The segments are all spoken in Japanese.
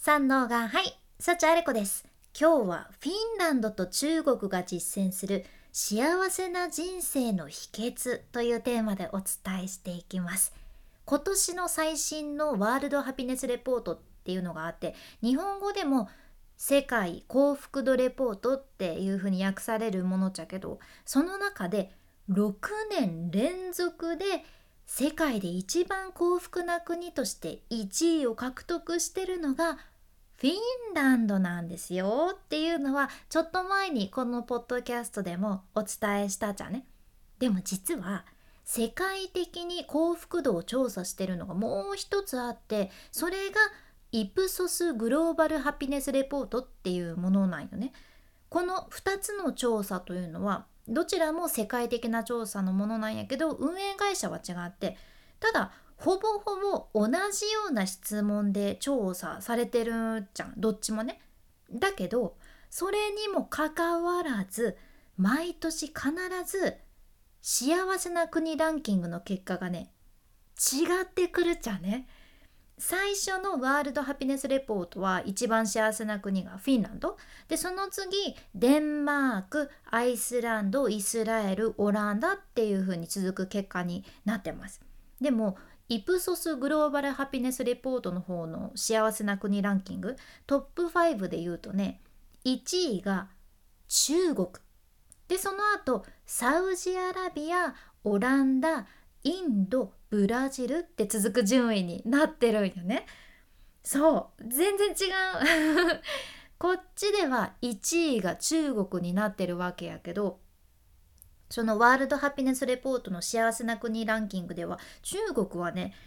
三能がはい、幸あれ子です。今日はフィンランドと中国が実践する幸せな人生の秘訣というテーマでお伝えしていきます。今年の最新のワールドハピネスレポートっていうのがあって、日本語でも世界幸福度レポートっていう風に訳されるものじゃけど、その中で6年連続で世界で一番幸福な国として1位を獲得してるのがフィンランドなんですよっていうのはちょっと前にこのポッドキャストでもお伝えしたじゃね。でも実は世界的に幸福度を調査してるのがもう一つあって、それがイプソスグローバルハピネスレポートっていうものなんよね。この2つの調査というのはどちらも世界的な調査のものなんやけど、運営会社は違って、ただほぼほぼ同じような質問で調査されてるじゃん、どっちもね。だけどそれにもかかわらず毎年必ず幸せな国ランキングの結果がね、違ってくるじゃんね。最初のワールドハピネスレポートは一番幸せな国がフィンランドで、その次デンマーク、アイスランド、イスラエル、オランダっていう風に続く結果になってます。でもイプソスグローバルハピネスレポートの方の幸せな国ランキングトップ5で言うとね、1位が中国で、その後サウジアラビア、オランダ、インド、ブラジルって続く順位になってるんよね。そう全然違うこっちでは1位が中国になってるわけやけど、そのワールドハピネスレポートの幸せな国ランキングでは中国はね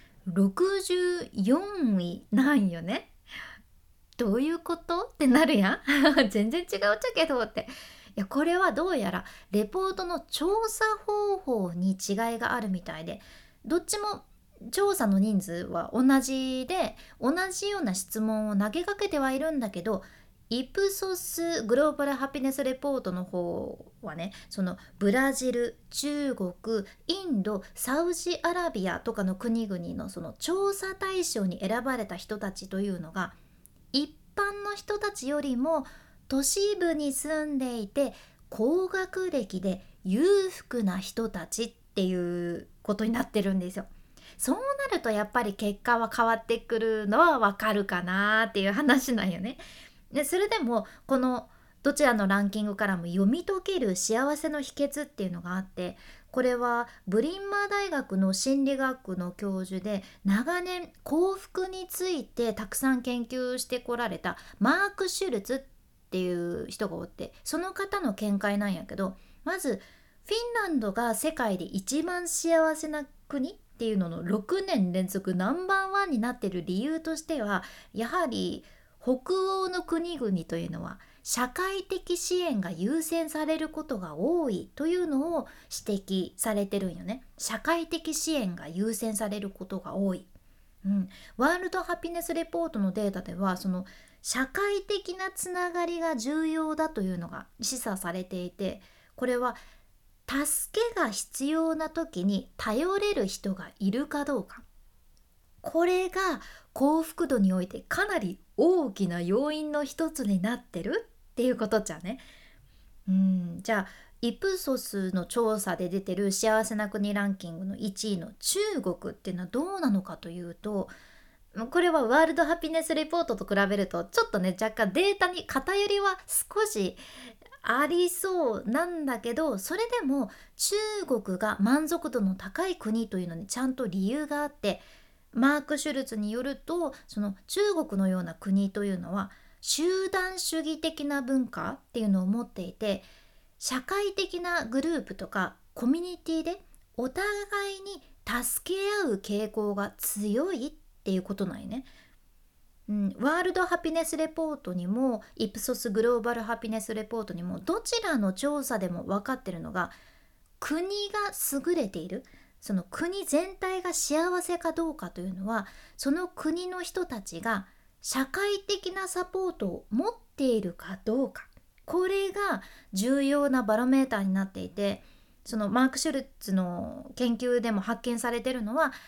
64位なんよね。どういうことってなるやん全然違うっちゃけどって。いや、これはどうやらレポートの調査方法に違いがあるみたいで、どっちも調査の人数は同じで同じような質問を投げかけてはいるんだけど、イプソスグローバルハピネスレポートの方はね、そのブラジル、中国、インド、サウジアラビアとかの国々のその調査対象に選ばれた人たちというのが一般の人たちよりも都市部に住んでいて高学歴で裕福な人たちっていうことになってるんですよ。そうなるとやっぱり結果は変わってくるのはわかるかなっていう話なんよね。でそれでもこのどちらのランキングからも読み解ける幸せの秘訣っていうのがあって、これはブリンマー大学の心理学の教授で長年幸福についてたくさん研究してこられたマーク・シュルツっていう人がおって、その方の見解なんやけど、まずフィンランドが世界で一番幸せな国っていうのの6年連続ナンバーワンになっている理由としては、やはり北欧の国々というのは社会的支援が優先されることが多いというのを指摘されてるんよね。社会的支援が優先されることが多い。ワールドハピネスレポートのデータではその社会的なつながりが重要だというのが示唆されていて、これは助けが必要な時に頼れる人がいるかどうか、これが幸福度においてかなり大きな要因の一つになってるっていうことじゃね。じゃあイプソスの調査で出てる幸せな国ランキングの1位の中国っていうのはどうなのかというと、これはワールドハピネスレポートと比べるとちょっとね若干データに偏りは少しありそうなんだけど、それでも中国が満足度の高い国というのにちゃんと理由があって、マーク・シュルツによるとその中国のような国というのは集団主義的な文化っていうのを持っていて、社会的なグループとかコミュニティでお互いに助け合う傾向が強いっていうことなんよね。ワールドハピネスレポートにもイプソスグローバルハピネスレポートにもどちらの調査でも分かってるのが、国が優れている、その国全体が幸せかどうかというのはその国の人たちが社会的なサポートを持っているかどうか、これが重要なバロメーターになっていて、そのマーク・シュルツの研究でも発見されているのは、イ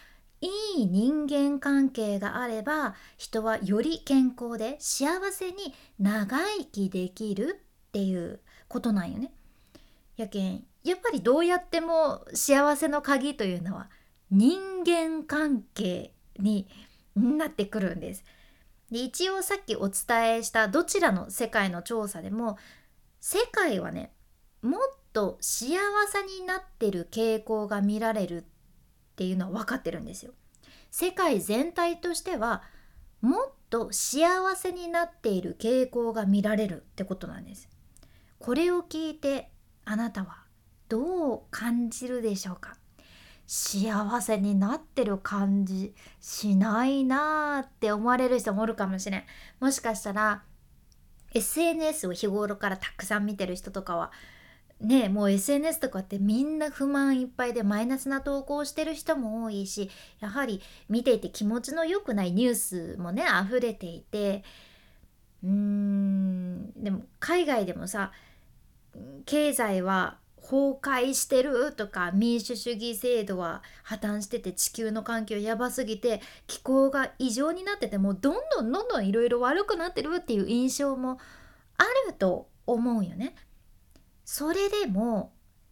いい人間関係があれば人はより健康で幸せに長生きできるっていうことなんよね。やけんやっぱりどうやっても幸せの鍵というのは人間関係になってくるんです。で一応さっきお伝えしたどちらの世界の調査でも世界はねもっと幸せになってる傾向が見られるっていうのは分かってるんですよ。世界全体としてはもっと幸せになっている傾向が見られるってことなんです。これを聞いてあなたはどう感じるでしょうか？幸せになってる感じしないなーって思われる人もおるかもしれん。もしかしたら SNS を日頃からたくさん見てる人とかはね、もう SNS とかってみんな不満いっぱいでマイナスな投稿をしてる人も多いし、やはり見ていて気持ちの良くないニュースもね溢れていて、でも海外でもさ、経済は崩壊してるとか民主主義制度は破綻してて地球の環境やばすぎて気候が異常になっててもうどんどんいろいろ悪くなってるっていう印象もあると思うよね。それでも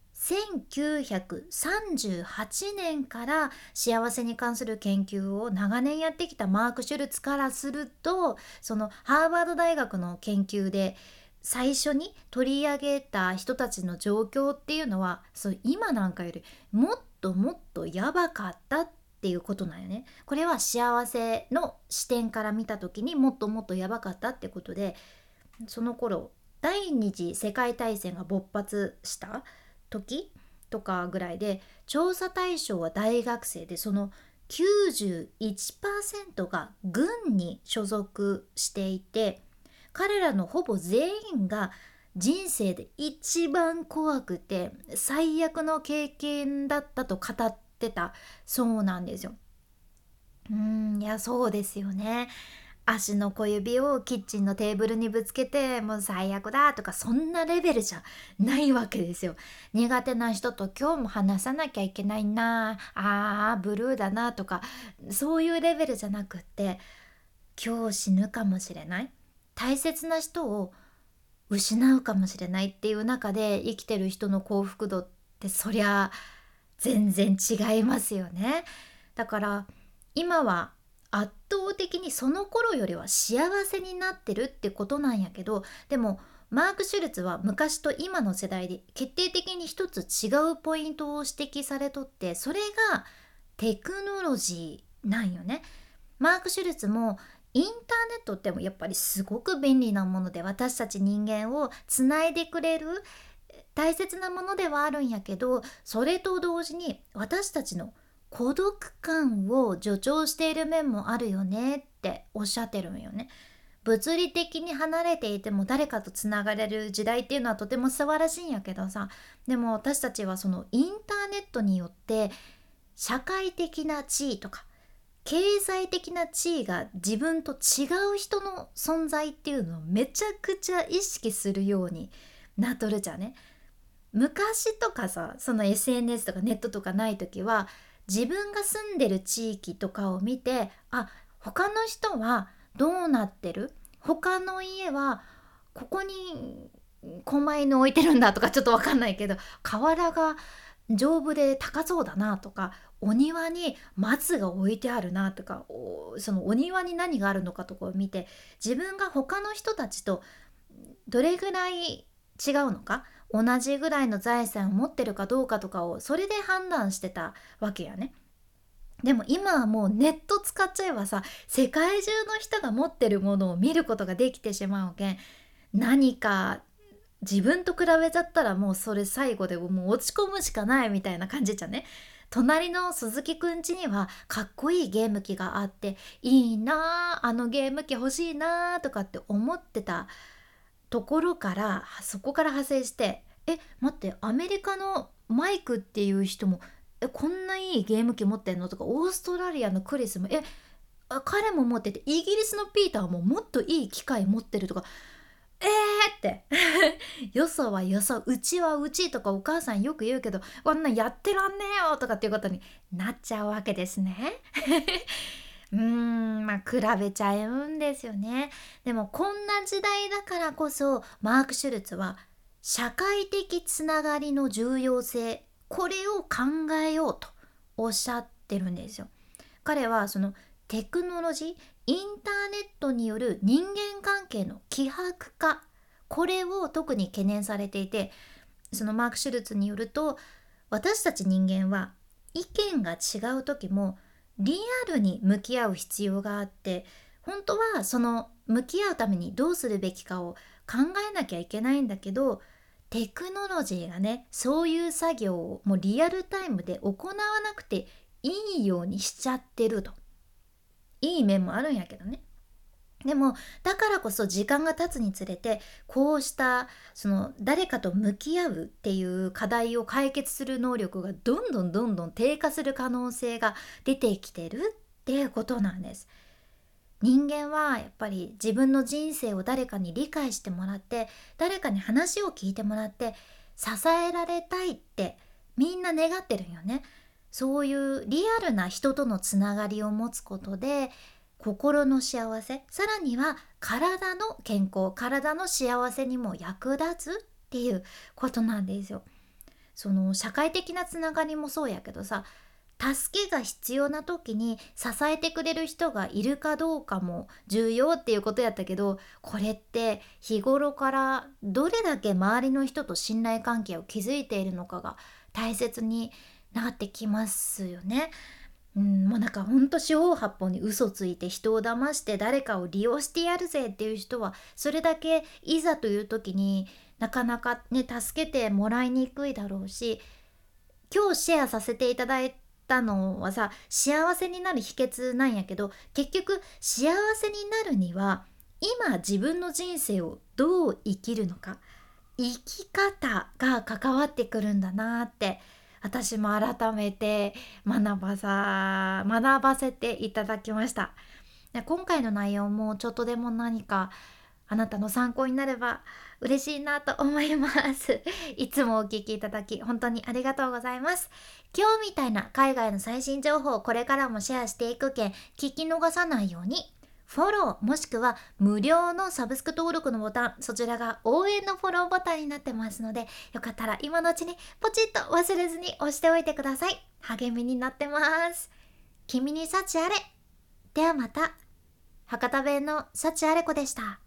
1938年から幸せに関する研究を長年やってきたマーク・シュルツからすると、そのハーバード大学の研究で最初に取り上げた人たちの状況っていうのはそう今なんかよりもっとやばかったっていうことなんよね。これは幸せの視点から見た時にもっとやばかったってことで、その頃第二次世界大戦が勃発した時とかぐらいで調査対象は大学生で、その91%が軍に所属していて、彼らのほぼ全員が人生で一番怖くて最悪の経験だったと語ってたそうなんですよ。いやそうですよね。足の小指をキッチンのテーブルにぶつけてもう最悪だとかそんなレベルじゃないわけですよ。苦手な人と今日も話さなきゃいけないなブルーだなとかそういうレベルじゃなくって、今日死ぬかもしれない、大切な人を失うかもしれないっていう中で生きてる人の幸福度ってそりゃ全然違いますよね。だから今は圧倒的にその頃よりは幸せになってるってことなんやけど、でもマーク・シュルツは昔と今の世代で決定的に一つ違うポイントを指摘されとって、それがテクノロジーなんよね。マーク・シュルツもインターネットってもやっぱりすごく便利なもので私たち人間をつないでくれる大切なものではあるんやけど、それと同時に私たちの孤独感を助長している面もあるよねっておっしゃってるんよね。物理的に離れていても誰かとつながれる時代っていうのはとても素晴らしいんやけどさ、でも私たちはそのインターネットによって社会的な地位とか経済的な地位が自分と違う人の存在っていうのをめちゃくちゃ意識するようになっとるじゃね。昔とかさ、その SNS とかネットとかない時は自分が住んでる地域とかを見て、他の人はどうなってる、他の家はここに狛犬置いてるんだとかちょっと分かんないけど瓦が丈夫で高そうだなとか、お庭に松が置いてあるなとか、そのお庭に何があるのかとかを見て自分が他の人たちとどれぐらい違うのか、同じぐらいの財産を持ってるかどうかとかをそれで判断してたわけやね。でも今はもうネット使っちゃえばさ、世界中の人が持ってるものを見ることができてしまうけん、何か自分と比べちゃったらもうそれ最後でもう落ち込むしかないみたいな感じじゃね。隣の鈴木くん家にはかっこいいゲーム機があっていいなあ、あのゲーム機欲しいなとかって思ってたところから、そこから派生して、待って、アメリカのマイクっていう人もこんないいゲーム機持ってんのとか、オーストラリアのクリスも彼も持ってて、イギリスのピーターももっといい機械持ってるとか、 ってよそはよそうちはうちとかお母さんよく言うけど、こんなんやってらんねえよとかっていうことになっちゃうわけですねまあ比べちゃうんですよね。でもこんな時代だからこそマーク・シュルツは社会的つながりの重要性、これを考えようとおっしゃってるんですよ。彼はそのテクノロジー、インターネットによる人間関係の希薄化、これを特に懸念されていて、そのマーク・シュルツによると、私たち人間は意見が違う時もリアルに向き合う必要があって、本当はその向き合うためにどうするべきかを考えなきゃいけないんだけど、テクノロジーがね、そういう作業をもうリアルタイムで行わなくていいようにしちゃってると。いい面もあるんやけどね。でもだからこそ時間が経つにつれて、こうしたその誰かと向き合うっていう課題を解決する能力がどんどん低下する可能性が出てきてるっていうことなんです。人間はやっぱり自分の人生を誰かに理解してもらって、誰かに話を聞いてもらって支えられたいってみんな願ってるんよね。そういうリアルな人とのつながりを持つことで、心の幸せ、さらには体の健康、体の幸せにも役立つっていうことなんですよ。その社会的なつながりもそうやけどさ、助けが必要な時に支えてくれる人がいるかどうかも重要っていうことやったけど、これって日頃からどれだけ周りの人と信頼関係を築いているのかが大切になってきますよね。もうなんかほんと四方八方に嘘ついて人を騙して誰かを利用してやるぜっていう人は、それだけいざという時になかなかね助けてもらいにくいだろうし、今日シェアさせていただいたのはさ、幸せになる秘訣なんやけど、結局幸せになるには今自分の人生をどう生きるのか、生き方が関わってくるんだなって私も改めて学ばせていただきました。で今回の内容もちょっとでも何かあなたの参考になれば嬉しいなと思いますいつもお聞きいただき本当にありがとうございます。今日みたいな海外の最新情報をこれからもシェアしていくけん、聞き逃さないようにフォローもしくは無料のサブスク登録のボタン、そちらが応援のフォローボタンになってますので、よかったら今のうちにポチッと忘れずに押しておいてください。励みになってます。君に幸あれ。ではまた。博多弁の幸あれ子でした。